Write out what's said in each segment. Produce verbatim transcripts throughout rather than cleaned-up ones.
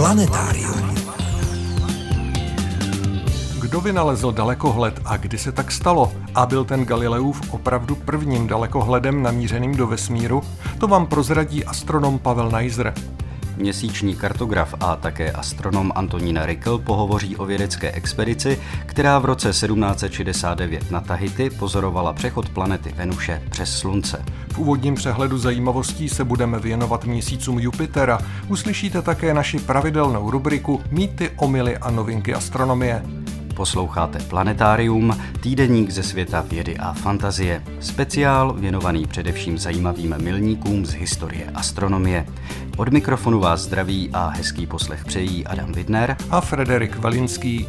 Planetárium. Kdo vynalezl dalekohled a kdy se tak stalo? A byl ten Galileův opravdu prvním dalekohledem namířeným do vesmíru? To vám prozradí astronom Pavel Neisser. Měsíční kartograf a také astronom Antonín Rikl pohovoří o vědecké expedici, která v roce sedmnáct set šedesát devět na Tahiti pozorovala přechod planety Venuše přes Slunce. V úvodním přehledu zajímavostí se budeme věnovat měsícům Jupitera. Uslyšíte také naši pravidelnou rubriku Mýty, omyly a novinky astronomie. Posloucháte Planetárium, týdeník ze světa vědy a fantazie. Speciál věnovaný především zajímavým milníkům z historie astronomie. Od mikrofonu vás zdraví a hezký poslech přejí Adam Widner a Frederik Valinský.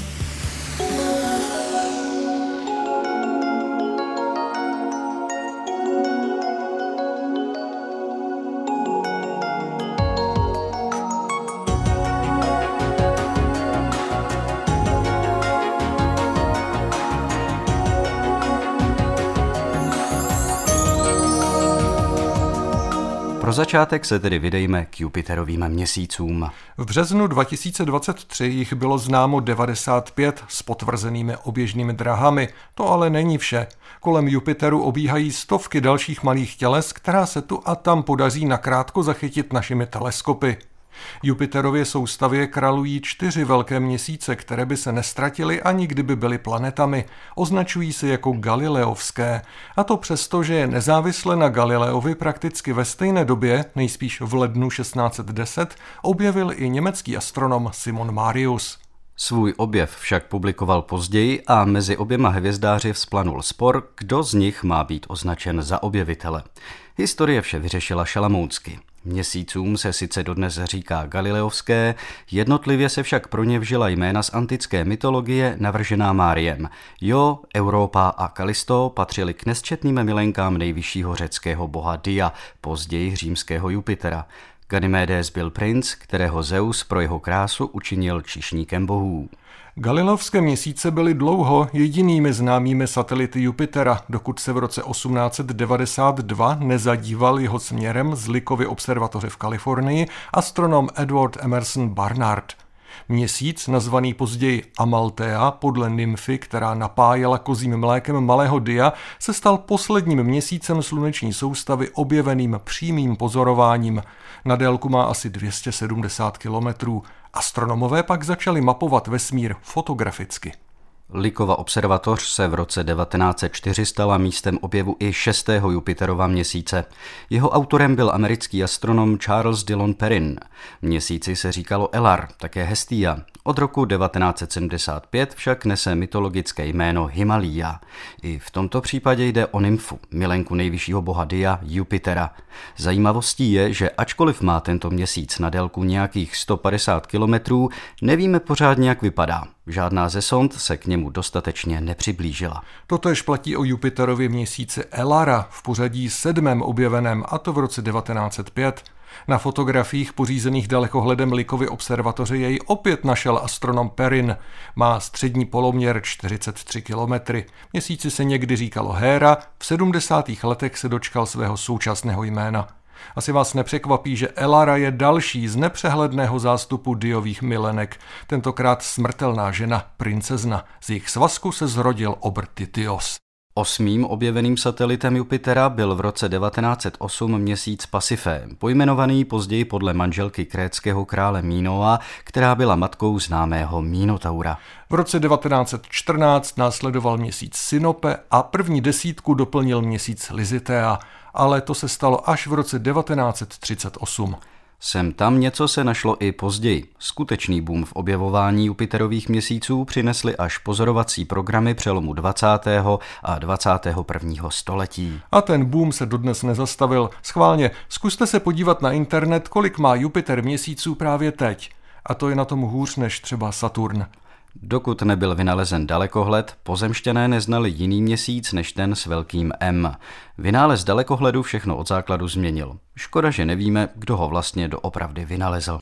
Pro začátek se tedy vydejme k Jupiterovým měsícům. V březnu dva tisíce dvacet tři jich bylo známo devadesát pět s potvrzenými oběžnými drahami. To ale není vše. Kolem Jupiteru obíhají stovky dalších malých těles, která se tu a tam podaří nakrátko zachytit našimi teleskopy. Jupiterově soustavě králují čtyři velké měsíce, které by se nestratily ani kdyby byly planetami. Označují se jako galileovské. A to přesto, že je nezávisle na Galileovi prakticky ve stejné době, nejspíš v lednu šestnáct set deset, objevil i německý astronom Simon Marius. Svůj objev však publikoval později a mezi oběma hvězdáři vzplanul spor, kdo z nich má být označen za objevitele. Historie vše vyřešila šalamounsky. Měsícům se sice dodnes říká galileovské, jednotlivě se však pro ně vžila jména z antické mytologie navržená Máriem. Jo, Europa a Kalisto patřili k nesčetným milenkám nejvyššího řeckého boha Dia, později římského Jupitera. Ganymedes byl princ, kterého Zeus pro jeho krásu učinil číšníkem bohů. Galileovské měsíce byly dlouho jedinými známými satelity Jupitera, dokud se v roce osmnáct set devadesát dva nezadíval jeho směrem z Likovy observatoře v Kalifornii astronom Edward Emerson Barnard. Měsíc, nazvaný později Amalthea podle nymfy, která napájela kozím mlékem malého Dia, se stal posledním měsícem sluneční soustavy objeveným přímým pozorováním. Na délku má asi dvě stě sedmdesát kilometrů. Astronomové pak začali mapovat vesmír fotograficky. Likova observatoř se v roce devatenáct set čtyři stala místem objevu i šestého Jupiterova měsíce. Jeho autorem byl americký astronom Charles Dillon Perrine. Měsíci se říkalo Elar, také Hestia. Od roku devatenáct set sedmdesát pět však nese mytologické jméno Himalaya. I v tomto případě jde o nymfu, milenku nejvyššího boha Dia, Jupitera. Zajímavostí je, že ačkoliv má tento měsíc na délku nějakých sto padesát kilometrů, nevíme pořádně, jak vypadá. Žádná ze sond se k němu dostatečně nepřiblížila. Totéž platí o Jupiterově měsíci Elara v pořadí sedmém objeveném, a to v roce devatenáct set pět. Na fotografiích pořízených dalekohledem Likovy observatoře jej opět našel astronom Perrine. Má střední poloměr čtyřicet tři kilometrů. Měsíci se někdy říkalo Héra, v sedmdesátých letech se dočkal svého současného jména. Asi vás nepřekvapí, že Elara je další z nepřehledného zástupu Diových milenek. Tentokrát smrtelná žena, princezna. Z jejich svazku se zrodil obr Tityos. Osmým objeveným satelitem Jupitera byl v roce devatenáct set osm měsíc Pasifé, pojmenovaný později podle manželky krétského krále Mínoa, která byla matkou známého Mínotaura. V roce devatenáct set čtrnáct následoval měsíc Sinope a první desítku doplnil měsíc Lizitea, ale to se stalo až v roce devatenáct set třicet osm. Sem tam něco se našlo i později. Skutečný boom v objevování Jupiterových měsíců přinesly až pozorovací programy přelomu dvacátého a dvacátého prvního století. A ten boom se dodnes nezastavil. Schválně, zkuste se podívat na internet, kolik má Jupiter měsíců právě teď. A to je na tom hůř než třeba Saturn. Dokud nebyl vynalezen dalekohled, pozemšťané neznali jiný měsíc než ten s velkým M. Vynález dalekohledu všechno od základu změnil. Škoda, že nevíme, kdo ho vlastně doopravdy vynalezl.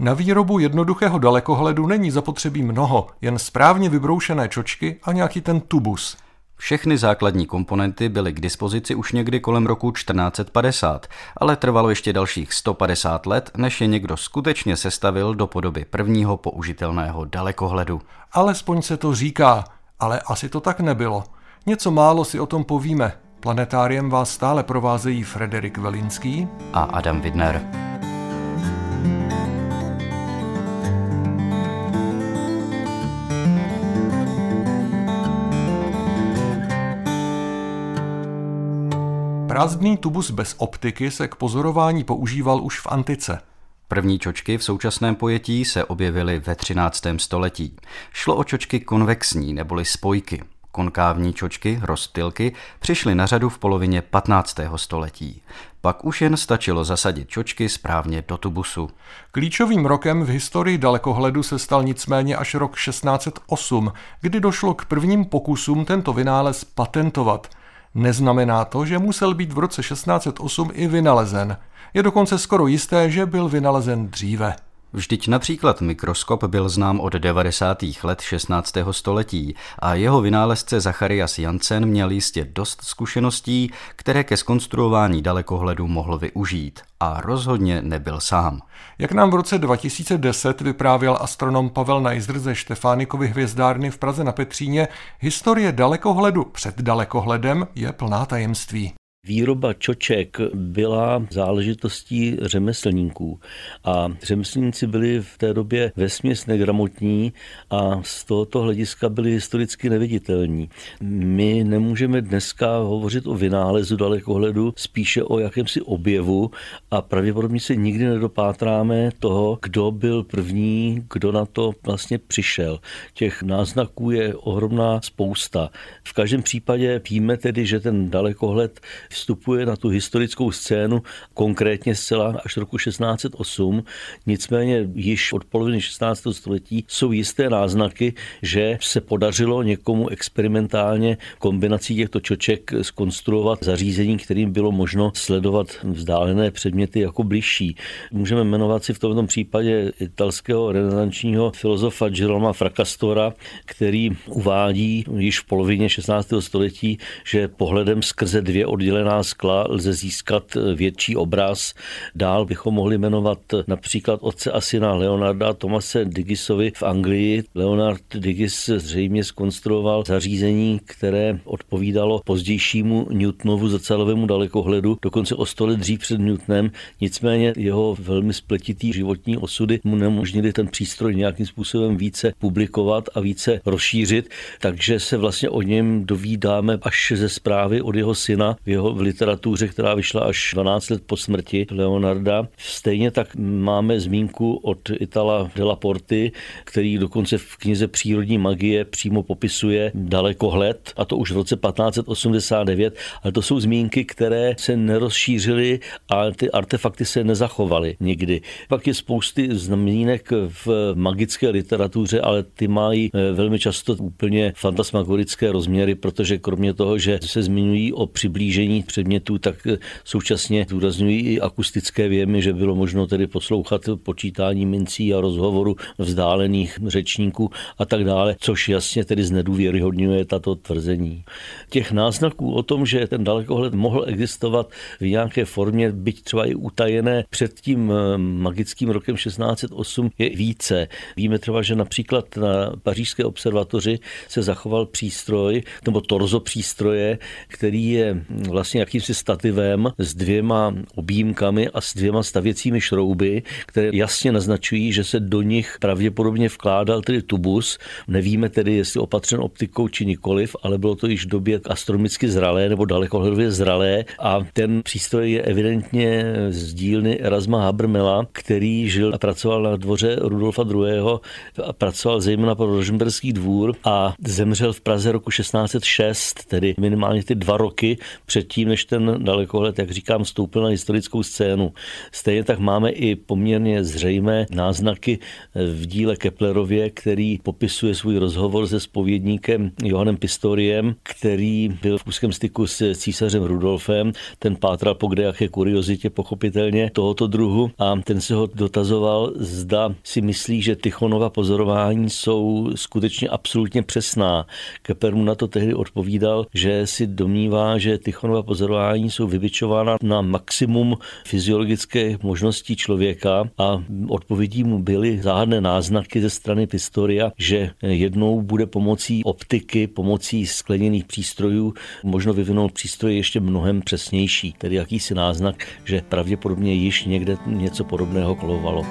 Na výrobu jednoduchého dalekohledu není zapotřebí mnoho, jen správně vybroušené čočky a nějaký ten tubus. Všechny základní komponenty byly k dispozici už někdy kolem roku čtrnáct set padesát, ale trvalo ještě dalších sto padesát let, než je někdo skutečně sestavil do podoby prvního použitelného dalekohledu. Alespoň se to říká, ale asi to tak nebylo. Něco málo si o tom povíme. Planetáriem vás stále provázejí Frederik Velinský a Adam Widner. Prázdný tubus bez optiky se k pozorování používal už v antice. První čočky v současném pojetí se objevily ve třináctém století. Šlo o čočky konvexní neboli spojky. Konkávní čočky, rozptylky, přišly na řadu v polovině patnáctého století. Pak už jen stačilo zasadit čočky správně do tubusu. Klíčovým rokem v historii dalekohledu se stal nicméně až rok šestnáct set osm, kdy došlo k prvním pokusům tento vynález patentovat. Neznamená to, že musel být v roce šestnáct set osm i vynalezen. Je dokonce skoro jisté, že byl vynalezen dříve. Vždyť například mikroskop byl znám od devadesátých let šestnáctého století a jeho vynálezce Zacharias Janssen měl jistě dost zkušeností, které ke zkonstruování dalekohledu mohl využít. A rozhodně nebyl sám. Jak nám v roce dva tisíce deset vyprávěl astronom Pavel Neisser ze Štefánikovy hvězdárny v Praze na Petříně, historie dalekohledu před dalekohledem je plná tajemství. Výroba čoček byla záležitostí řemeslníků a řemeslníci byli v té době vesměs negramotní a z tohoto hlediska byli historicky neviditelní. My nemůžeme dneska hovořit o vynálezu dalekohledu, spíše o jakémsi objevu a pravděpodobně se nikdy nedopátráme toho, kdo byl první, kdo na to vlastně přišel. Těch náznaků je ohromná spousta. V každém případě víme tedy, že ten dalekohled vstupuje na tu historickou scénu konkrétně zcela až roku šestnáct set osm, nicméně již od poloviny šestnáctého století jsou jisté náznaky, že se podařilo někomu experimentálně kombinací těchto čoček zkonstruovat zařízení, kterým bylo možno sledovat vzdálené předměty jako bližší. Můžeme jmenovat si v tomto případě italského renesančního filozofa Girolama Fracastora, který uvádí již v polovině šestnáctého století, že pohledem skrze dvě oddělená skla lze získat větší obraz. Dál bychom mohli jmenovat například otce a syna Leonarda a Thomase Diggisovi v Anglii. Leonard Diggis zřejmě zkonstruoval zařízení, které odpovídalo pozdějšímu Newtonovu zrcadlovému dalekohledu, dokonce o sto let dřív před Newtonem. Nicméně jeho velmi spletitý životní osudy mu neumožnili ten přístroj nějakým způsobem více publikovat a více rozšířit, takže se vlastně o něm dovídáme až ze zprávy od jeho syna v jeho v literatuře, která vyšla až dvanáct let po smrti Leonarda. Stejně tak máme zmínku od Itala della Porty, který dokonce v knize Přírodní magie přímo popisuje dalekohled, a to už v roce patnáct set osmdesát devět, ale to jsou zmínky, které se nerozšířily a ty artefakty se nezachovaly nikdy. Pak je spousty zmínek v magické literatuře, ale ty mají velmi často úplně fantasmagorické rozměry, protože kromě toho, že se zmiňují o přiblížení předmětů, tak současně zdůrazňují i akustické věmy, že bylo možno tedy poslouchat počítání mincí a rozhovoru vzdálených řečníků a tak dále, což jasně tedy znedůvěryhodňuje tato tvrzení. Těch náznaků o tom, že ten dalekohled mohl existovat v nějaké formě, byť třeba i utajené před tím magickým rokem šestnáct set osm, je více. Víme třeba, že například na pařížské observatoři se zachoval přístroj, nebo torzo přístroje, který je vlastně jakýmsi stativem s dvěma objímkami a s dvěma stavěcími šrouby, které jasně naznačují, že se do nich pravděpodobně vkládal tedy tubus. Nevíme tedy, jestli opatřen optikou či nikoliv, ale bylo to již v době astronomicky zralé nebo dalekohledově zralé a ten přístroj je evidentně z dílny Erasma Habermela, který žil a pracoval na dvoře Rudolfa druhého. a pracoval zejména pro Rožmberský dvůr a zemřel v Praze roku šestnáct set šest, tedy minimálně ty dva roky před předtím, než ten dalekohled, jak říkám, vstoupil na historickou scénu. Stejně tak máme i poměrně zřejmé náznaky v díle Keplerově, který popisuje svůj rozhovor se zpovědníkem Johannem Pistoriem, který byl v úzkém styku s císařem Rudolfem. Ten pátral po kdejaké kuriozitě pochopitelně tohoto druhu a ten se ho dotazoval, zda si myslí, že Tychonova pozorování jsou skutečně absolutně přesná. Kepler mu na to tehdy odpovídal, že si domnívá, že Tychonova pozorování jsou vybičována na maximum fyziologické možností člověka a odpovědí mu byly záhadné náznaky ze strany Pistoria, že jednou bude pomocí optiky, pomocí skleněných přístrojů možno vyvinout přístroje ještě mnohem přesnější, tedy jakýsi náznak, že pravděpodobně již někde něco podobného kolovalo.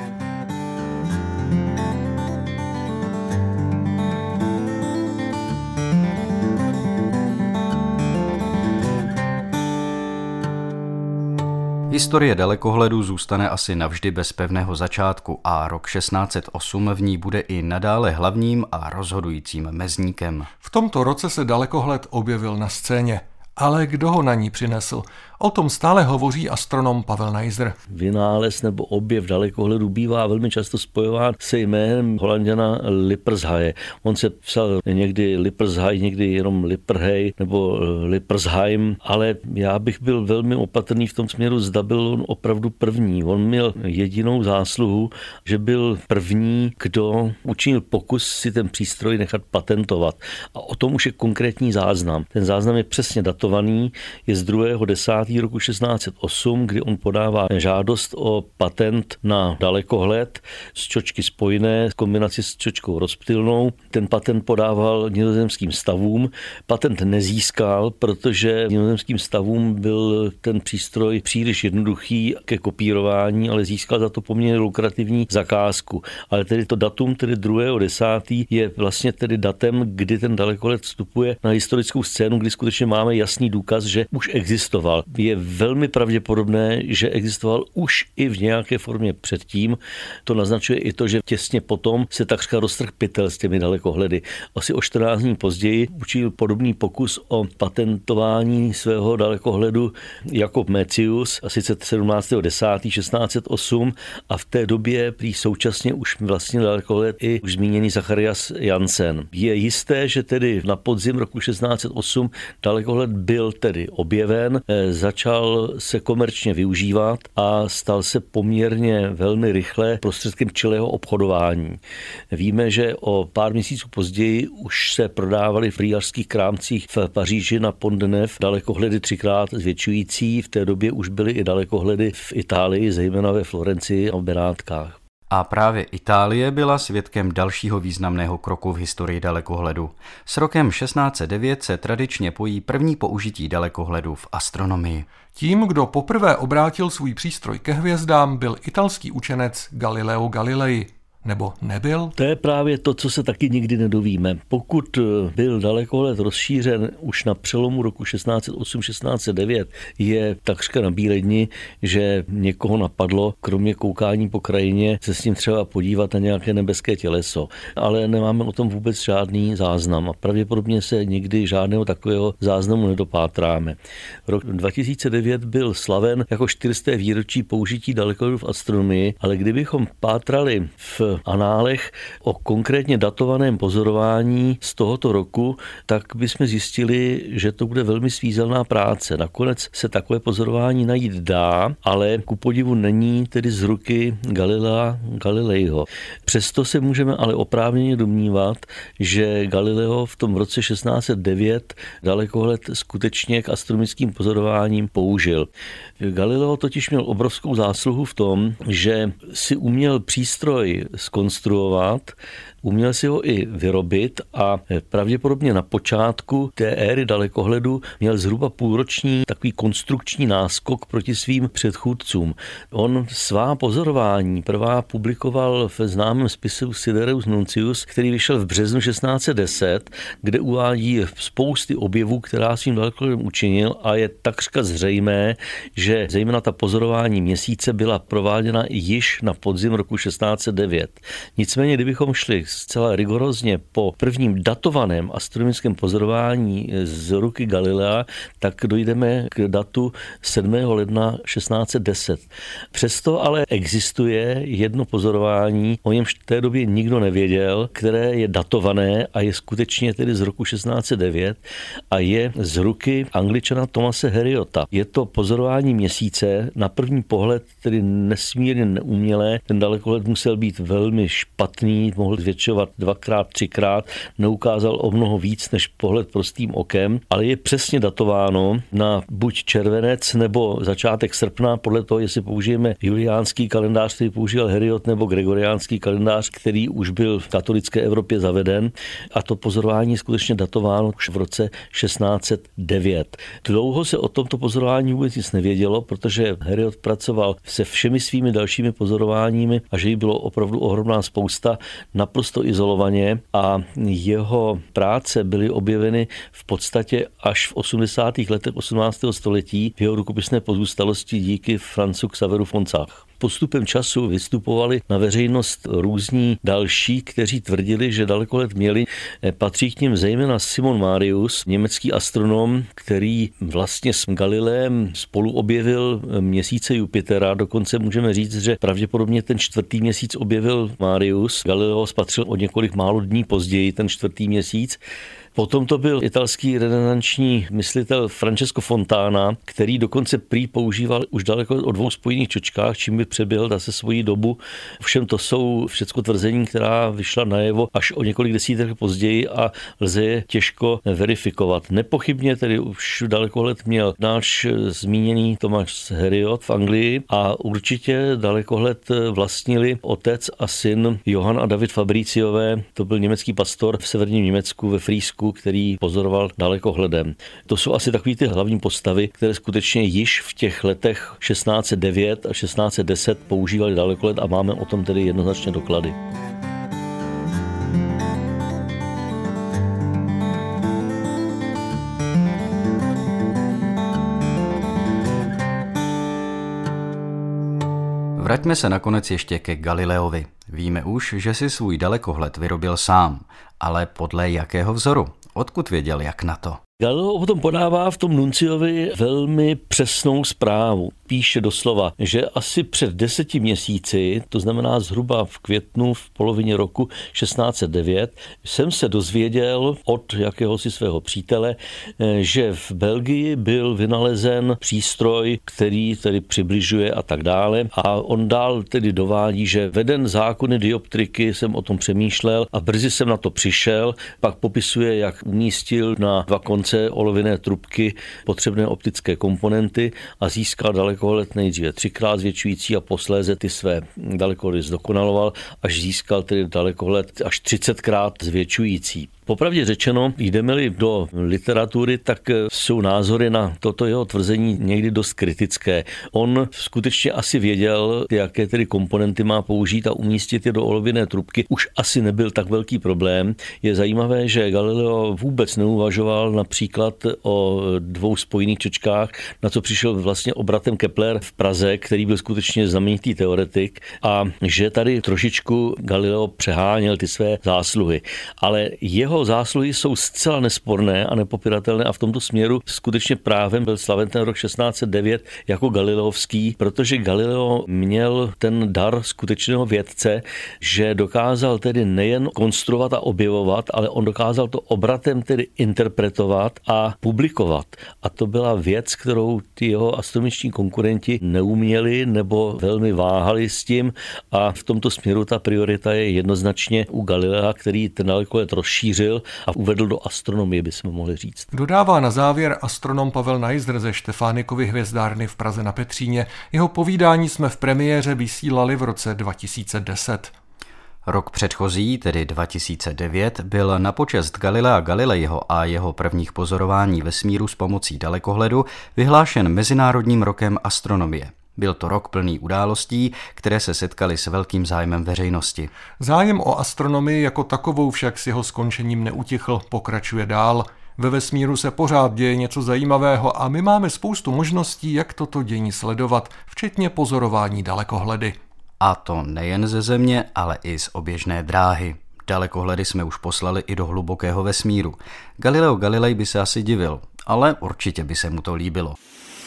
Historie dalekohledu zůstane asi navždy bez pevného začátku a rok šestnáct set osm v ní bude i nadále hlavním a rozhodujícím mezníkem. V tomto roce se dalekohled objevil na scéně. Ale kdo ho na ní přinesl? O tom stále hovoří astronom Pavel Neisser. Vynález nebo objev dalekohledu bývá velmi často spojován se jménem Holanďana Lippershaye. On se psal někdy Lippershaye, někdy jenom Lipperhey nebo Lippersheim, ale já bych byl velmi opatrný v tom směru, zda byl on opravdu první. On měl jedinou zásluhu, že byl první, kdo učinil pokus si ten přístroj nechat patentovat. A o tom už je konkrétní záznam. Ten záznam je přesně datovaný, je z druhého desátého roku šestnáct set osm, kdy on podává žádost o patent na dalekohled z čočky spojné v kombinaci s čočkou rozptylnou. Ten patent podával nizozemským stavům. Patent nezískal, protože nizozemským stavům byl ten přístroj příliš jednoduchý ke kopírování, ale získal za to poměrně lukrativní zakázku. Ale tedy to datum, tedy druhého desátého je vlastně tedy datem, kdy ten dalekohled vstupuje na historickou scénu, kdy skutečně máme jasný důkaz, že už existoval. Je velmi pravděpodobné, že existoval už i v nějaké formě předtím. To naznačuje i to, že těsně potom se takřka roztrhl pytel s těmi dalekohledy. Asi o čtrnáct dní později učinil podobný pokus o patentování svého dalekohledu Jakob Mecius, a sice sedmnáctého desátého šestnáct set osm, a v té době prý současně už vlastně dalekohled i už zmíněný Zacharias Janssen. Je jisté, že tedy na podzim roku šestnáct set osm dalekohled byl tedy objeven, začal se komerčně využívat a stal se poměrně velmi rychle prostředkem čilého obchodování. Víme, že o pár měsíců později už se prodávaly v rýařských krámcích v Paříži na Pont de Neuf dalekohledy třikrát zvětšující. V té době už byly i dalekohledy v Itálii, zejména ve Florencii a v Benátkách. A právě Itálie byla svědkem dalšího významného kroku v historii dalekohledu. S rokem šestnáct set devět se tradičně pojí první použití dalekohledu v astronomii. Tím, kdo poprvé obrátil svůj přístroj ke hvězdám, byl italský učenec Galileo Galilei. Nebo nebyl? To je právě to, co se taky nikdy nedovíme. Pokud byl dalekohled rozšířen už na přelomu roku šestnáct set osm šestnáct set devět, je takřka na bíledni, že někoho napadlo, kromě koukání po krajině, se s ním třeba podívat na nějaké nebeské těleso. Ale nemáme o tom vůbec žádný záznam a pravděpodobně se nikdy žádného takového záznamu nedopátráme. Rok dva tisíce devět byl slaven jako čtyřisté výročí použití dalekohledu v astronomii, ale kdybychom pátrali v análech o konkrétně datovaném pozorování z tohoto roku, tak bychom zjistili, že to bude velmi svízelná práce. Nakonec se takové pozorování najít dá, ale ku podivu není tedy z ruky Galilea Galileiho. Přesto se můžeme ale oprávněně domnívat, že Galileo v tom roce šestnáct set devět dalekohled skutečně k astronomickým pozorováním použil. Galileo totiž měl obrovskou zásluhu v tom, že si uměl přístroj zkonstruovat, uměl si ho i vyrobit a pravděpodobně na počátku té éry dalekohledu měl zhruba půlroční takový konstrukční náskok proti svým předchůdcům. On svá pozorování prvá publikoval v známém spisu Sidereus Nuncius, který vyšel v březnu šestnáct set deset, kde uvádí spousty objevů, která svým dalekohledem učinil a je takřka zřejmé, že zejména ta pozorování měsíce byla prováděna již na podzim roku šestnáct set devět. devět. Nicméně, kdybychom šli zcela rigorózně po prvním datovaném astronomickém pozorování z ruky Galilea, tak dojdeme k datu sedmého ledna šestnáct set deset. Přesto ale existuje jedno pozorování, o němž v té době nikdo nevěděl, které je datované a je skutečně tedy z roku šestnáct set devět a je z ruky Angličana Thomase Heriota. Je to pozorování měsíce, na první pohled tedy nesmírně neumělé. Ten dalekohled musel být velmi špatný, mohl zvětšovat dvakrát, třikrát, neukázal o mnoho víc než pohled prostým okem, ale je přesně datováno na buď červenec nebo začátek srpna, podle toho, jestli použijeme juliánský kalendář, který používal Heriot, nebo gregoriánský kalendář, který už byl v katolické Evropě zaveden. A to pozorování je skutečně datováno už v roce šestnáct set devět. Dlouho se o tomto pozorování vůbec nic nevědělo, protože Heriot pracoval se všemi svými dalšími pozorováními a že jí bylo opravdu ohromná spousta, naprosto izolovaně, a jeho práce byly objeveny v podstatě až v osmdesátých letech osmnáctého století v jeho rukopisné pozůstalosti díky Franzu Xaveru von Zach. Postupem času vystupovali na veřejnost různí další, kteří tvrdili, že dalekohled měli. Patří k nim zejména Simon Marius, německý astronom, který vlastně s Galileem spolu objevil měsíce Jupitera. Dokonce můžeme říct, že pravděpodobně ten čtvrtý měsíc objevil Marius. Galileo spatřil o několik málo dní později ten čtvrtý měsíc. Potom to byl italský renesanční myslitel Francesco Fontana, který dokonce prý používal už daleko o dvou spojených čočkách, čím by přeběhl zase svoji dobu. Všem to jsou všecko tvrzení, která vyšla najevo až o několik desítek později a lze je těžko verifikovat. Nepochybně tedy už dalekohled měl náš zmíněný Thomas Heriot v Anglii a určitě dalekohled vlastnili otec a syn Johann a David Fabriciové. To byl německý pastor v severním Německu ve Frýsku, který pozoroval dalekohledem. To jsou asi takový ty hlavní postavy, které skutečně již v těch letech šestnáct set devět a šestnáct set deset používali dalekohled a máme o tom tedy jednoznačně doklady. Vraťme se nakonec ještě ke Galileovi. Víme už, že si svůj dalekohled vyrobil sám, ale podle jakého vzoru? Odkud věděl, jak na to? Galileo potom podává v tom Nunciovi velmi přesnou zprávu. Píše doslova, že asi před deseti měsíci, to znamená zhruba v květnu v polovině roku šestnáct set devět, jsem se dozvěděl od jakéhosi svého přítele, že v Belgii byl vynalezen přístroj, který tedy přibližuje a tak dále. A on dál tedy dovádí, že veden zákony dioptriky jsem o tom přemýšlel a brzy jsem na to přišel. Pak popisuje, jak umístil na dva konce olověné trubky potřebné optické komponenty a získal dalekohled nejdříve třikrát zvětšující a posléze ty své dalekohledy zdokonaloval, až získal tedy dalekohled až třicetkrát zvětšující. Popravdě řečeno, jdeme-li do literatury, tak jsou názory na toto jeho tvrzení někdy dost kritické. On skutečně asi věděl, jaké tedy komponenty má použít a umístit je do olověné trubky. Už asi nebyl tak velký problém. Je zajímavé, že Galileo vůbec neuvažoval například o dvou spojených čočkách, na co přišel vlastně obratem Kepler v Praze, který byl skutečně znamenitý teoretik, a že tady trošičku Galileo přeháněl ty své zásluhy. Ale jeho Jeho zásluhy jsou zcela nesporné a nepopiratelné a v tomto směru skutečně právem byl slaven ten rok šestnáct set devět jako galileovský, protože Galileo měl ten dar skutečného vědce, že dokázal tedy nejen konstruovat a objevovat, ale on dokázal to obratem tedy interpretovat a publikovat. A to byla věc, kterou ty jeho astronomiční konkurenti neuměli nebo velmi váhali s tím, a v tomto směru ta priorita je jednoznačně u Galilea, který ten dalekohled rozšířil a uvedl do astronomie, bychom mohli říct. Dodává na závěr astronom Pavel Neisser ze Štefánikovy hvězdárny v Praze na Petříně. Jeho povídání jsme v premiéře vysílali v roce dva tisíce deset. Rok předchozí, tedy dva tisíce devět, byl na počest Galilea Galileiho a jeho prvních pozorování vesmíru s pomocí dalekohledu vyhlášen Mezinárodním rokem astronomie. Byl to rok plný událostí, které se setkaly s velkým zájmem veřejnosti. Zájem o astronomii jako takovou však s jeho skončením neutichl, pokračuje dál. Ve vesmíru se pořád děje něco zajímavého a my máme spoustu možností, jak toto dění sledovat, včetně pozorování dalekohledy. A to nejen ze Země, ale i z oběžné dráhy. Dalekohledy jsme už poslali i do hlubokého vesmíru. Galileo Galilei by se asi divil, ale určitě by se mu to líbilo.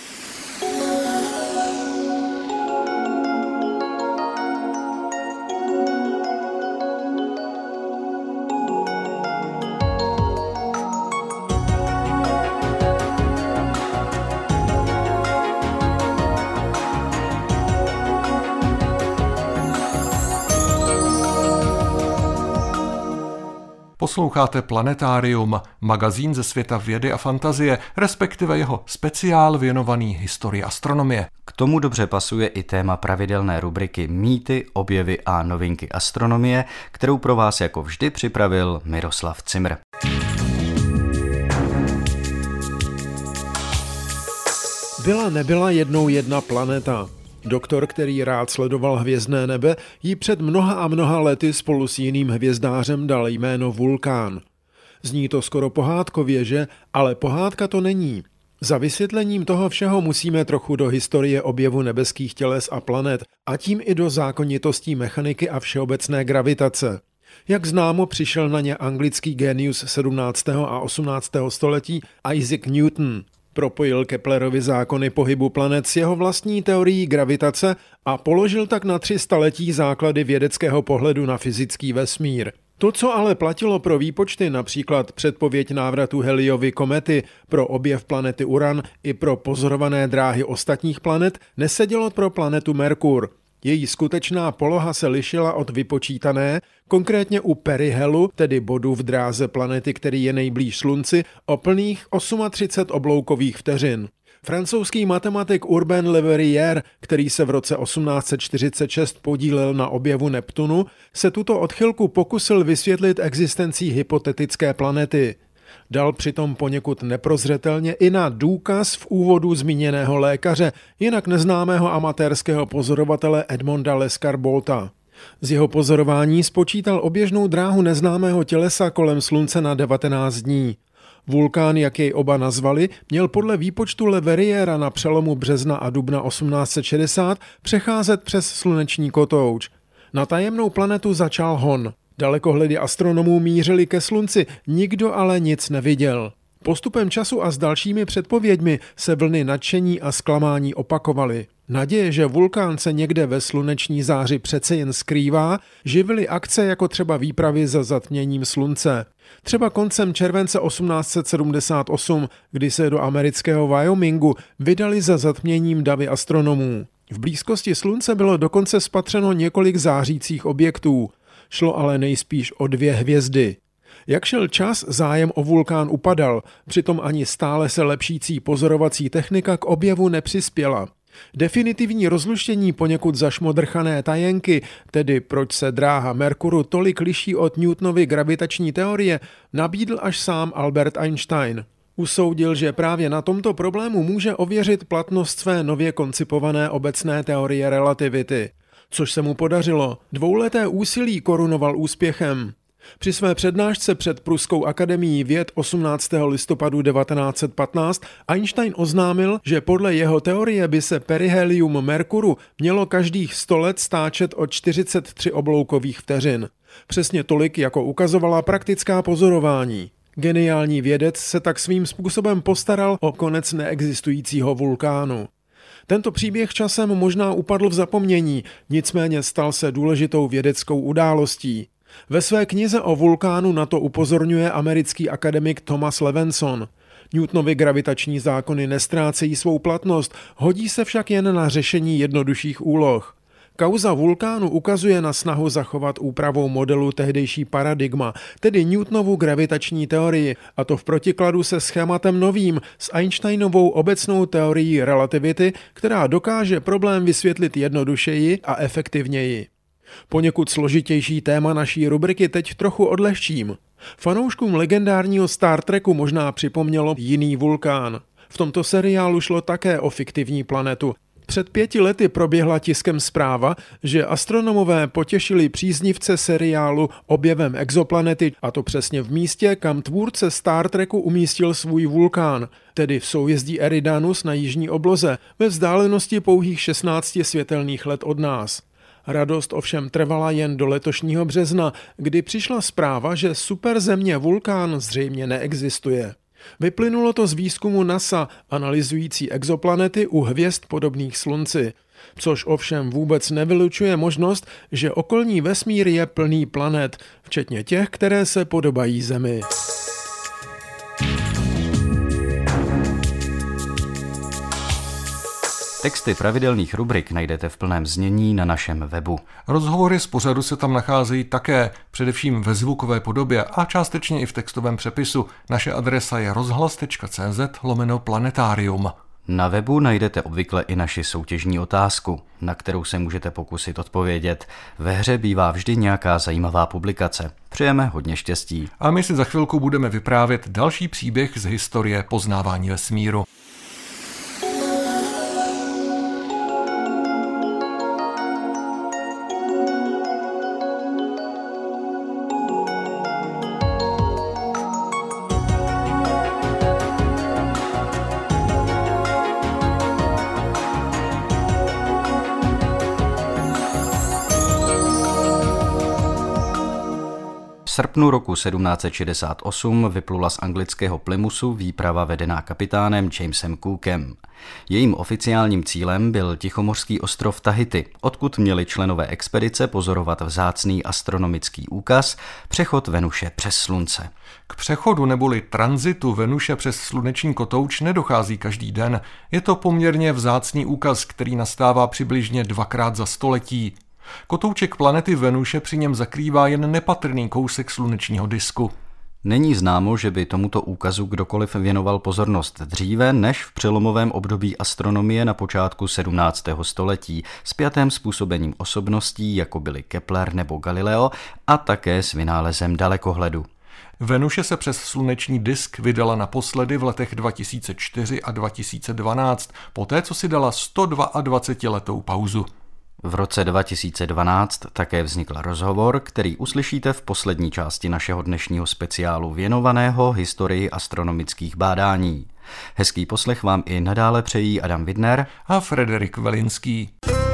Posloucháte Planetárium, magazín ze světa vědy a fantazie, respektive jeho speciál věnovaný historii astronomie. K tomu dobře pasuje i téma pravidelné rubriky Mýty, objevy a novinky astronomie, kterou pro vás jako vždy připravil Miroslav Cimr. Byla nebyla jednou jedna planeta. Doktor, který rád sledoval hvězdné nebe, jí před mnoha a mnoha lety spolu s jiným hvězdářem dal jméno Vulkán. Zní to skoro pohádkově, že? Ale pohádka to není. Za vysvětlením toho všeho musíme trochu do historie objevu nebeských těles a planet a tím i do zákonitostí mechaniky a všeobecné gravitace. Jak známo, přišel na ně anglický génius sedmnáctého a osmnáctého století Isaac Newton. Propojil Keplerovy zákony pohybu planet s jeho vlastní teorií gravitace a položil tak na tři staletí základy vědeckého pohledu na fyzický vesmír. To, co ale platilo pro výpočty, například předpověď návratu Halleyovy komety, pro objev planety Uran i pro pozorované dráhy ostatních planet, nesedělo pro planetu Merkur. Její skutečná poloha se lišila od vypočítané, konkrétně u perihelu, tedy bodu v dráze planety, který je nejblíž Slunci, o plných třicet osm obloukových vteřin. Francouzský matematik Urbain Le Verrier, který se v roce osmnáct set čtyřicet šest podílel na objevu Neptunu, se tuto odchylku pokusil vysvětlit existencí hypotetické planety. Dal přitom poněkud neprozřetelně i na důkaz v úvodu zmíněného lékaře, jinak neznámého amatérského pozorovatele Edmonda Lescarbaulta. Z jeho pozorování spočítal oběžnou dráhu neznámého tělesa kolem Slunce na devatenáct dní. Vulkán, jak jej oba nazvali, měl podle výpočtu Le Verriera na přelomu března a dubna osmnáct set šedesát přecházet přes sluneční kotouč. Na tajemnou planetu začal hon. Dalekohledy astronomů mířili ke Slunci, nikdo ale nic neviděl. Postupem času a s dalšími předpověďmi se vlny nadšení a zklamání opakovaly. Naděje, že vulkán se někde ve sluneční záři přece jen skrývá, živily akce jako třeba výpravy za zatměním Slunce. Třeba koncem července osmnáct set sedmdesát osm, kdy se do amerického Wyomingu vydali za zatměním davy astronomů. V blízkosti Slunce bylo dokonce spatřeno několik zářících objektů. Šlo ale nejspíš o dvě hvězdy. Jak šel čas, zájem o vulkán upadal, přitom ani stále se lepšící pozorovací technika k objevu nepřispěla. Definitivní rozluštění poněkud zašmodrchané tajenky, tedy proč se dráha Merkuru tolik liší od Newtonovy gravitační teorie, nabídl až sám Albert Einstein. Usoudil, že právě na tomto problému může ověřit platnost své nově koncipované obecné teorie relativity. Což se mu podařilo. Dvouleté úsilí korunoval úspěchem. Při své přednášce před Pruskou akademií věd osmnáctého listopadu devatenáct set patnáct Einstein oznámil, že podle jeho teorie by se perihelium Merkuru mělo každých sto let stáčet o čtyřicet tři obloukových vteřin. Přesně tolik, jako ukazovala praktická pozorování. Geniální vědec se tak svým způsobem postaral o konec neexistujícího vulkánu. Tento příběh časem možná upadl v zapomnění, nicméně stal se důležitou vědeckou událostí. Ve své knize o vulkánu na to upozorňuje americký akademik Thomas Levenson. Newtonovy gravitační zákony nestrácejí svou platnost, hodí se však jen na řešení jednodušších úloh. Kauza vulkánu ukazuje na snahu zachovat úpravou modelu tehdejší paradigma, tedy Newtonovu gravitační teorii, a to v protikladu se schématem novým, s Einsteinovou obecnou teorií relativity, která dokáže problém vysvětlit jednodušeji a efektivněji. Poněkud složitější téma naší rubriky teď trochu odlehčím. Fanouškům legendárního Star Treku možná připomnělo Jiný vulkán. V tomto seriálu šlo také o fiktivní planetu. Před pěti lety proběhla tiskem zpráva, že astronomové potěšili příznivce seriálu objevem exoplanety, a to přesně v místě, kam tvůrce Star Treku umístil svůj vulkán, tedy v souhvězdí Eridanus na jižní obloze, ve vzdálenosti pouhých šestnáct světelných let od nás. Radost ovšem trvala jen do letošního března, kdy přišla zpráva, že superzemě vulkán zřejmě neexistuje. Vyplynulo to z výzkumu NASA, analyzující exoplanety u hvězd podobných Slunci. Což ovšem vůbec nevylučuje možnost, že okolní vesmír je plný planet, včetně těch, které se podobají Zemi. Texty pravidelných rubrik najdete v plném znění na našem webu. Rozhovory z pořadu se tam nacházejí také, především ve zvukové podobě a částečně i v textovém přepisu. Naše adresa je rozhlas.cz lomeno planetarium. Na webu najdete obvykle i naši soutěžní otázku, na kterou se můžete pokusit odpovědět. Ve hře bývá vždy nějaká zajímavá publikace. Přejeme hodně štěstí. A my si za chvilku budeme vyprávět další příběh z historie poznávání vesmíru. V srpnu roku sedmnáct set šedesát osm vyplula z anglického Plymouthu výprava vedená kapitánem Jamesem Cookem. Jejím oficiálním cílem byl tichomořský ostrov Tahiti, odkud měli členové expedice pozorovat vzácný astronomický úkaz přechod Venuše přes Slunce. K přechodu neboli tranzitu Venuše přes sluneční kotouč nedochází každý den. Je to poměrně vzácný úkaz, který nastává přibližně dvakrát za století. Kotouček planety Venuše při něm zakrývá jen nepatrný kousek slunečního disku. Není známo, že by tomuto úkazu kdokoliv věnoval pozornost dříve než v přelomovém období astronomie na počátku sedmnáctého století s pjatým způsobením osobností, jako byli Kepler nebo Galileo, a také s vynálezem dalekohledu. Venuše se přes sluneční disk vydala naposledy v letech dva tisíce čtyři a dva tisíce dvanáct, poté co si dala sto dvaadvacetiletou pauzu. V roce dva tisíce dvanáct také vznikl rozhovor, který uslyšíte v poslední části našeho dnešního speciálu věnovaného historii astronomických bádání. Hezký poslech vám i nadále přejí Adam Widner a Frederik Velinský.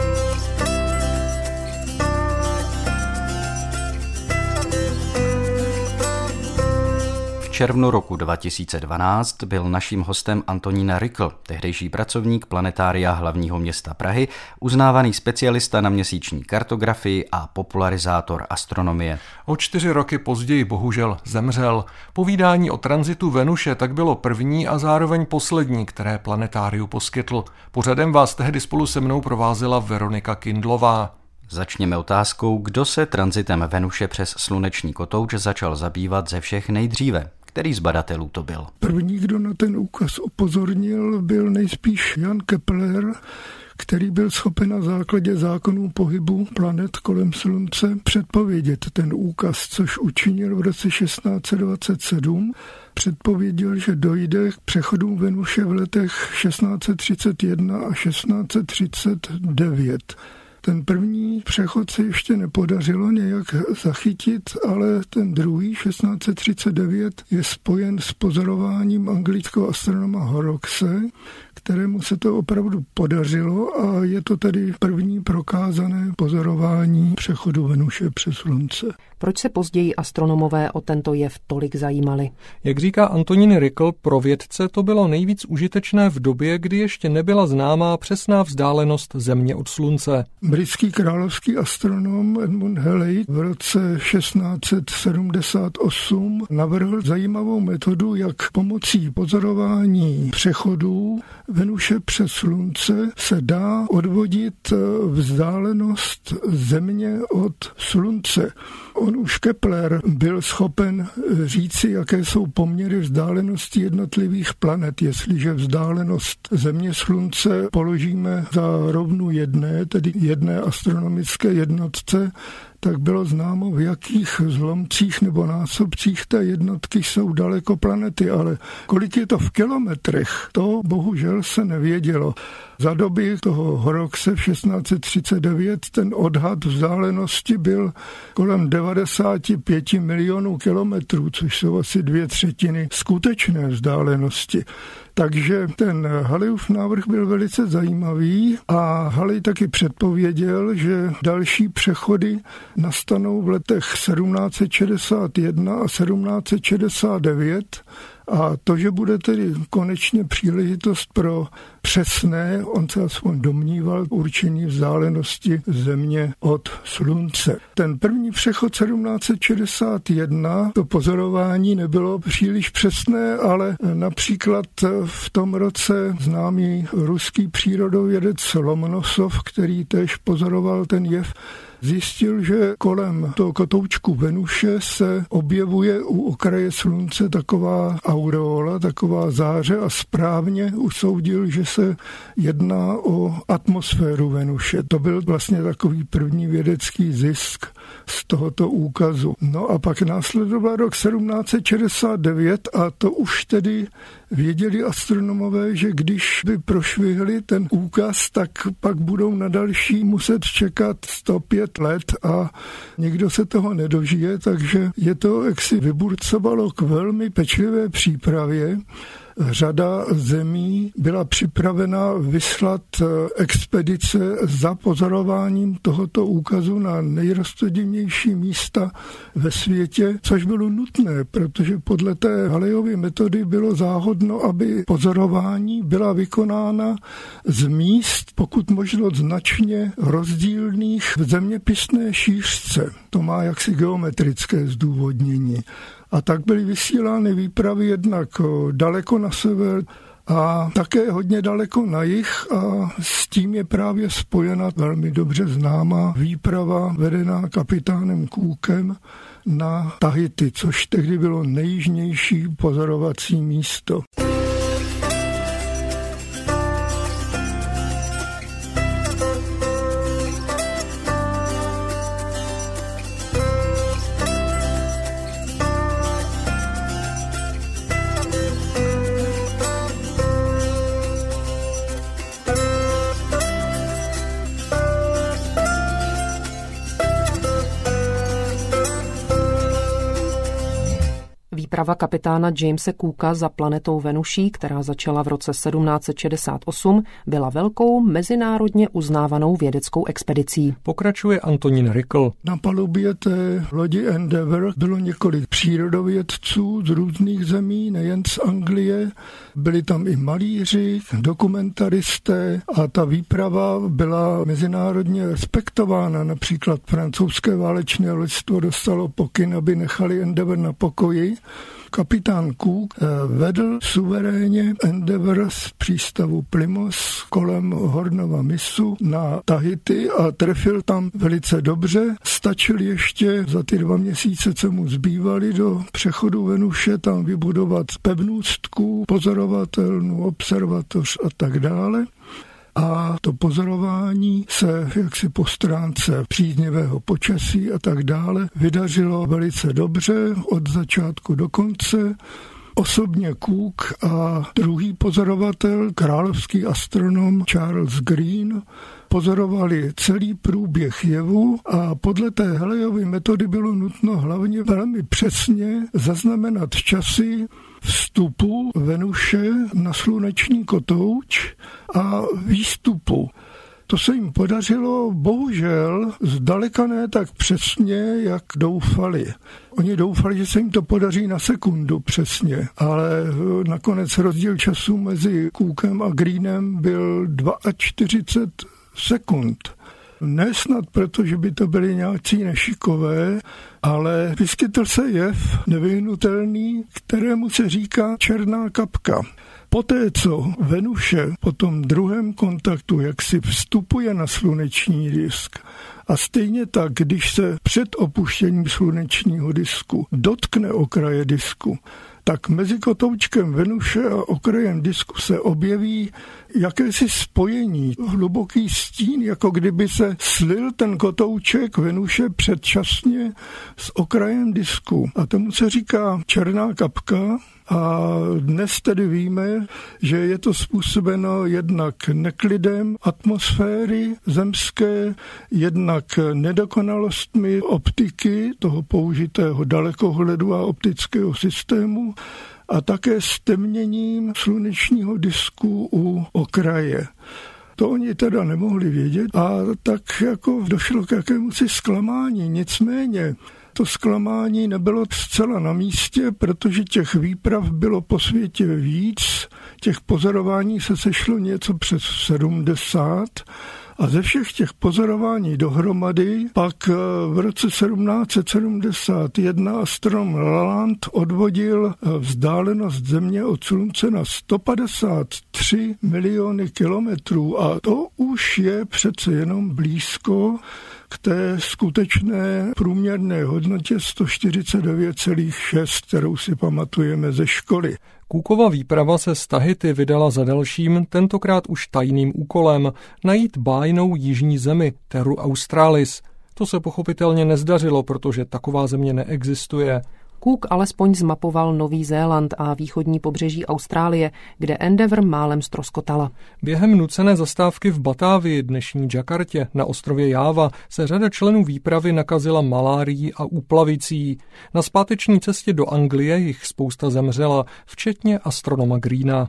V červnu roku dva tisíce dvanáct byl naším hostem Antonín Rikl, tehdejší pracovník planetária hlavního města Prahy, uznávaný specialista na měsíční kartografii a popularizátor astronomie. O čtyři roky později bohužel zemřel. Povídání o tranzitu Venuše tak bylo první a zároveň poslední, které planetáriu poskytl. Pořadem vás tehdy spolu se mnou provázela Veronika Kindlová. Začněme otázkou, kdo se tranzitem Venuše přes sluneční kotouč začal zabývat ze všech nejdříve. Který z badatelů to byl? První, kdo na ten úkaz upozornil, byl nejspíš Jan Kepler, který byl schopen na základě zákonů pohybu planet kolem Slunce předpovědět ten úkaz, což učinil v roce šestnáct set dvacet sedm. Předpověděl, že dojde k přechodům Venuše v letech šestnáct set třicet jedna a šestnáct set třicet devět. Ten první přechod se ještě nepodařilo nějak zachytit, ale ten druhý, šestnáct set třicet devět, je spojen s pozorováním anglického astronoma Horrockse, kterému se to opravdu podařilo a je to tedy první prokázané pozorování přechodu Venuše přes Slunce. Proč se později astronomové o tento jev tolik zajímali? Jak říká Antonín Rikl, pro vědce to bylo nejvíc užitečné v době, kdy ještě nebyla známá přesná vzdálenost Země od Slunce. Britský královský astronom Edmund Halley v roce šestnáct set sedmdesát osm navrhl zajímavou metodu, jak pomocí pozorování přechodů Venuše přes Slunce se dá odvodit vzdálenost Země od Slunce. On už Kepler byl schopen říci, jaké jsou poměry vzdálenosti jednotlivých planet. Jestliže vzdálenost Země Slunce položíme za rovnu jedné, tedy jedné astronomické jednotce, tak bylo známo, v jakých zlomcích nebo násobcích té jednotky jsou daleko planety, ale kolik je to v kilometrech, to bohužel se nevědělo. Za doby toho Horrockse v šestnáct set třicet devět ten odhad vzdálenosti byl kolem devadesát pět milionů kilometrů, což jsou asi dvě třetiny skutečné vzdálenosti. Takže ten Halleyův návrh byl velice zajímavý a Halley taky předpověděl, že další přechody nastanou v letech sedmnáct set šedesát jedna a sedmnáct set šedesát devět a to, že bude tedy konečně příležitost pro přesné, on se aspoň domníval, určení vzdálenosti Země od Slunce. Ten první přechod sedmnáct set šedesát jedna, to pozorování nebylo příliš přesné, ale například v tom roce známý ruský přírodovědec Lomonosov, který též pozoroval ten jev, zjistil, že kolem toho kotoučku Venuše se objevuje u okraje Slunce taková aureola, taková záře a správně usoudil, že se jedná o atmosféru Venuše. To byl vlastně takový první vědecký zisk z tohoto úkazu. No a pak následoval rok sedmnáct set šedesát devět a to už tedy věděli astronomové, že když by prošvihli ten úkaz, tak pak budou na další muset čekat sto pět let a nikdo se toho nedožije, takže je to, jak si vyburcovalo k velmi pečlivé přípravě. Řada zemí byla připravena vyslat expedice za pozorováním tohoto úkazu na nejroztodějnější místa ve světě, což bylo nutné, protože podle té Halleyovy metody bylo záhodno, aby pozorování byla vykonána z míst, pokud možno značně rozdílných v zeměpisné šířce. To má jaksi geometrické zdůvodnění. A tak byly vysílány výpravy jednak daleko na sever a také hodně daleko na jih a s tím je právě spojena velmi dobře známá výprava vedená kapitánem Cookem na Tahiti, což tehdy bylo nejjižnější pozorovací místo. Výprava kapitána Jamese Cooka za planetou Venuší, která začala v roce sedmnáct set šedesát osm, byla velkou mezinárodně uznávanou vědeckou expedicí. Pokračuje Antonín Rykl. Na palubě té lodi Endeavour bylo několik přírodovědců z různých zemí, nejen z Anglie. Byli tam i malíři, dokumentaristé a ta výprava byla mezinárodně respektována. Například francouzské válečné loďstvo dostalo pokyn, aby nechali Endeavour na pokoji. Kapitán Cook vedl suverénně Endeavour z přístavu Plymouth kolem Hornova mysu na Tahiti a trefil tam velice dobře. Stačil ještě za ty dva měsíce, co mu zbývaly do přechodu Venuše, tam vybudovat pevnůstku, pozorovatelnu, observatoř a tak dále. A to pozorování se jaksi po stránce příznivého počasí a tak dále vydařilo velice dobře od začátku do konce. Osobně Cook a druhý pozorovatel, královský astronom Charles Green, pozorovali celý průběh jevu a podle té Halleyovy metody bylo nutno hlavně velmi přesně zaznamenat časy vstupu Venuše na sluneční kotouč a výstupu. To se jim podařilo, bohužel, zdaleka ne tak přesně, jak doufali. Oni doufali, že se jim to podaří na sekundu přesně, ale nakonec rozdíl času mezi Cookem a Greenem byl čtyřicet dva sekund. Nesnad proto, že by to byli nějací nešikové, ale vyskytl se jev nevyhnutelný, kterému se říká černá kapka. Poté, co Venuše po tom druhém kontaktu jaksi vstupuje na sluneční disk a stejně tak, když se před opuštěním slunečního disku dotkne okraje disku, tak mezi kotoučkem Venuše a okrajem disku se objeví jakési spojení, hluboký stín, jako kdyby se slil ten kotouček Venuše předčasně s okrajem disku. A tomu se říká černá kapka. A dnes tedy víme, že je to způsobeno jednak neklidem atmosféry zemské, jednak nedokonalostmi optiky, toho použitého dalekohledu a optického systému, a také stemněním slunečního disku u okraje. To oni teda nemohli vědět a tak jako došlo k jakémusi zklamání. Nicméně to zklamání nebylo zcela na místě, protože těch výprav bylo po světě víc, těch pozorování se sešlo něco přes sedmdesát a ze všech těch pozorování dohromady pak v roce sedmnáct set sedmdesát jedna astronom Lalande odvodil vzdálenost Země od Slunce na sto padesát tři miliony kilometrů a to už je přece jenom blízko k té skutečné průměrné hodnotě sto čtyřicet devět celá šest, kterou si pamatujeme ze školy. Cookova výprava se z Tahiti vydala za dalším, tentokrát už tajným úkolem, najít bájnou jižní zemi, Terru Australis. To se pochopitelně nezdařilo, protože taková země neexistuje. Cook alespoň zmapoval Nový Zéland a východní pobřeží Austrálie, kde Endeavour málem ztroskotala. Během nucené zastávky v Batávii, dnešní Jakartě, na ostrově Jáva, se řada členů výpravy nakazila malárií a úplavicí. Na zpáteční cestě do Anglie jich spousta zemřela, včetně astronoma Greena.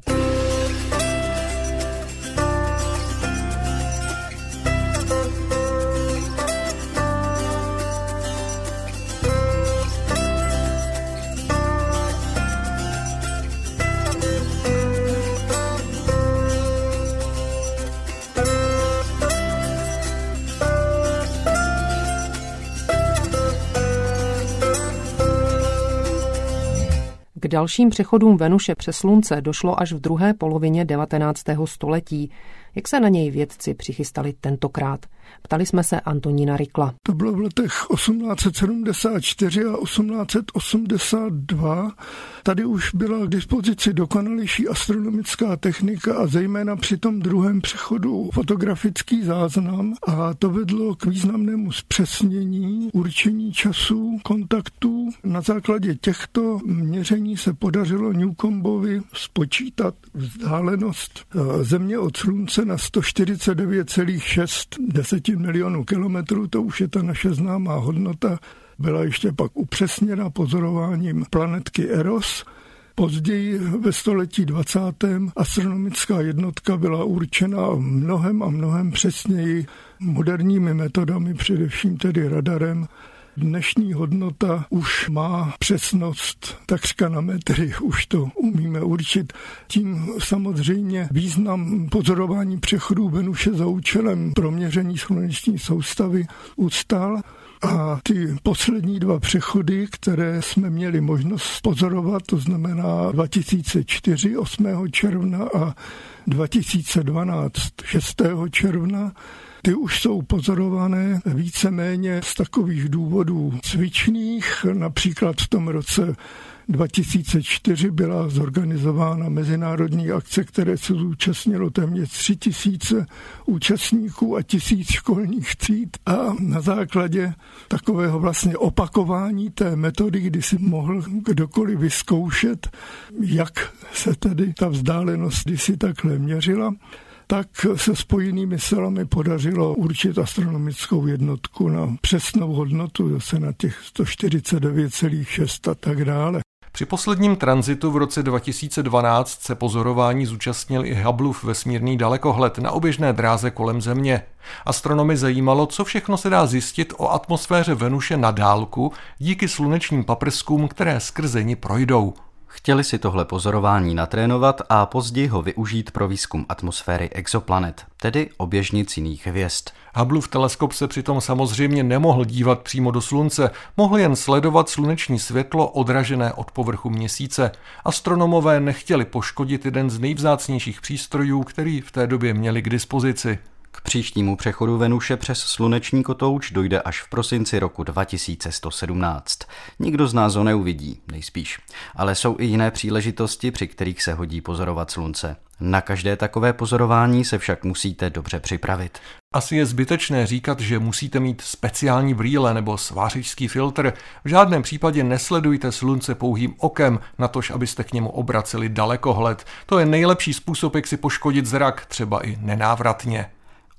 K dalším přechodům Venuše přes Slunce došlo až v druhé polovině devatenáctého století. Jak se na něj vědci přichystali tentokrát? Ptali jsme se Antonína Rikla. To bylo v letech osmnáct set sedmdesát čtyři a osmnáct set osmdesát dva. Tady už byla k dispozici dokonalejší astronomická technika a zejména při tom druhém přechodu fotografický záznam a to vedlo k významnému zpřesnění určení času kontaktů. Na základě těchto měření se podařilo Newcombovi spočítat vzdálenost Země od Slunce na sto čtyřicet devět celá šest milionů kilometrů, to už je ta naše známá hodnota. Byla ještě pak upřesněna pozorováním planetky Eros. Později ve století dvacátém astronomická jednotka byla určena mnohem a mnohem přesněji moderními metodami, především tedy radarem. Dnešní hodnota už má přesnost takřka na metry, už to umíme určit. Tím samozřejmě význam pozorování přechodů Venuše za účelem proměření sluneční soustavy ustál. A ty poslední dva přechody, které jsme měli možnost pozorovat, to znamená dva tisíce čtyři osmého června a dva tisíce dvanáct šestého června, ty už jsou pozorované víceméně z takových důvodů cvičných. Například v tom roce dva tisíce čtyři byla zorganizována mezinárodní akce, které se zúčastnilo téměř tři tisíce účastníků a tisíc školních tříd. A na základě takového vlastně opakování té metody, kdy si mohl kdokoliv vyzkoušet, jak se tedy ta vzdálenost kdysi takhle měřila, tak se spojenými silami podařilo určit astronomickou jednotku na přesnou hodnotu, zase na těch sto čtyřicet devět celá šest a tak dále. Při posledním tranzitu v roce dva tisíce dvanáct se pozorování zúčastnil i Hubbleův vesmírný dalekohled na oběžné dráze kolem Země. Astronomy zajímalo, co všechno se dá zjistit o atmosféře Venuše na dálku díky slunečním paprskům, které skrze ni projdou. Chtěli si tohle pozorování natrénovat a později ho využít pro výzkum atmosféry exoplanet, tedy oběžnic jiných hvězd. Hubbleův teleskop se přitom samozřejmě nemohl dívat přímo do Slunce, mohl jen sledovat sluneční světlo odražené od povrchu Měsíce. Astronomové nechtěli poškodit jeden z nejvzácnějších přístrojů, který v té době měli k dispozici. K příštímu přechodu Venuše přes sluneční kotouč dojde až v prosinci roku dva tisíce sto sedmnáct. Nikdo z nás ho neuvidí, nejspíš. Ale jsou i jiné příležitosti, při kterých se hodí pozorovat Slunce. Na každé takové pozorování se však musíte dobře připravit. Asi je zbytečné říkat, že musíte mít speciální brýle nebo svářičský filtr. V žádném případě nesledujte Slunce pouhým okem, natož abyste k němu obraceli dalekohled. To je nejlepší způsob, jak si poškodit zrak, třeba i nenávratně.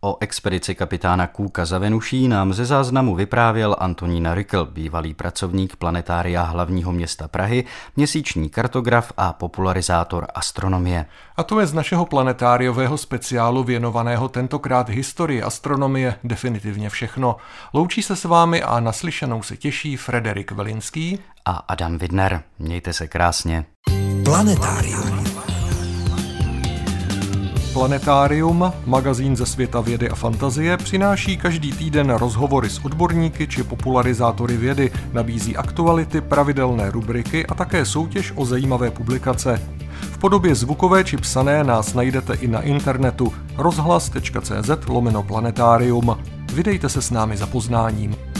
O expedici kapitána Cooka za Venuší nám ze záznamu vyprávěl Antonín Rikl, bývalý pracovník planetária hlavního města Prahy, měsíční kartograf a popularizátor astronomie. A to je z našeho planetáriového speciálu věnovaného tentokrát historii astronomie definitivně všechno. Loučí se s vámi a naslyšenou se těší Frederik Velinský a Adam Widner. Mějte se krásně. Planetárium. Planetárium, magazín ze světa vědy a fantazie, přináší každý týden rozhovory s odborníky či popularizátory vědy, nabízí aktuality, pravidelné rubriky a také soutěž o zajímavé publikace. V podobě zvukové či psané nás najdete i na internetu rozhlas tečka cé zet lomeno planetárium. Vydejte se s námi za poznáním.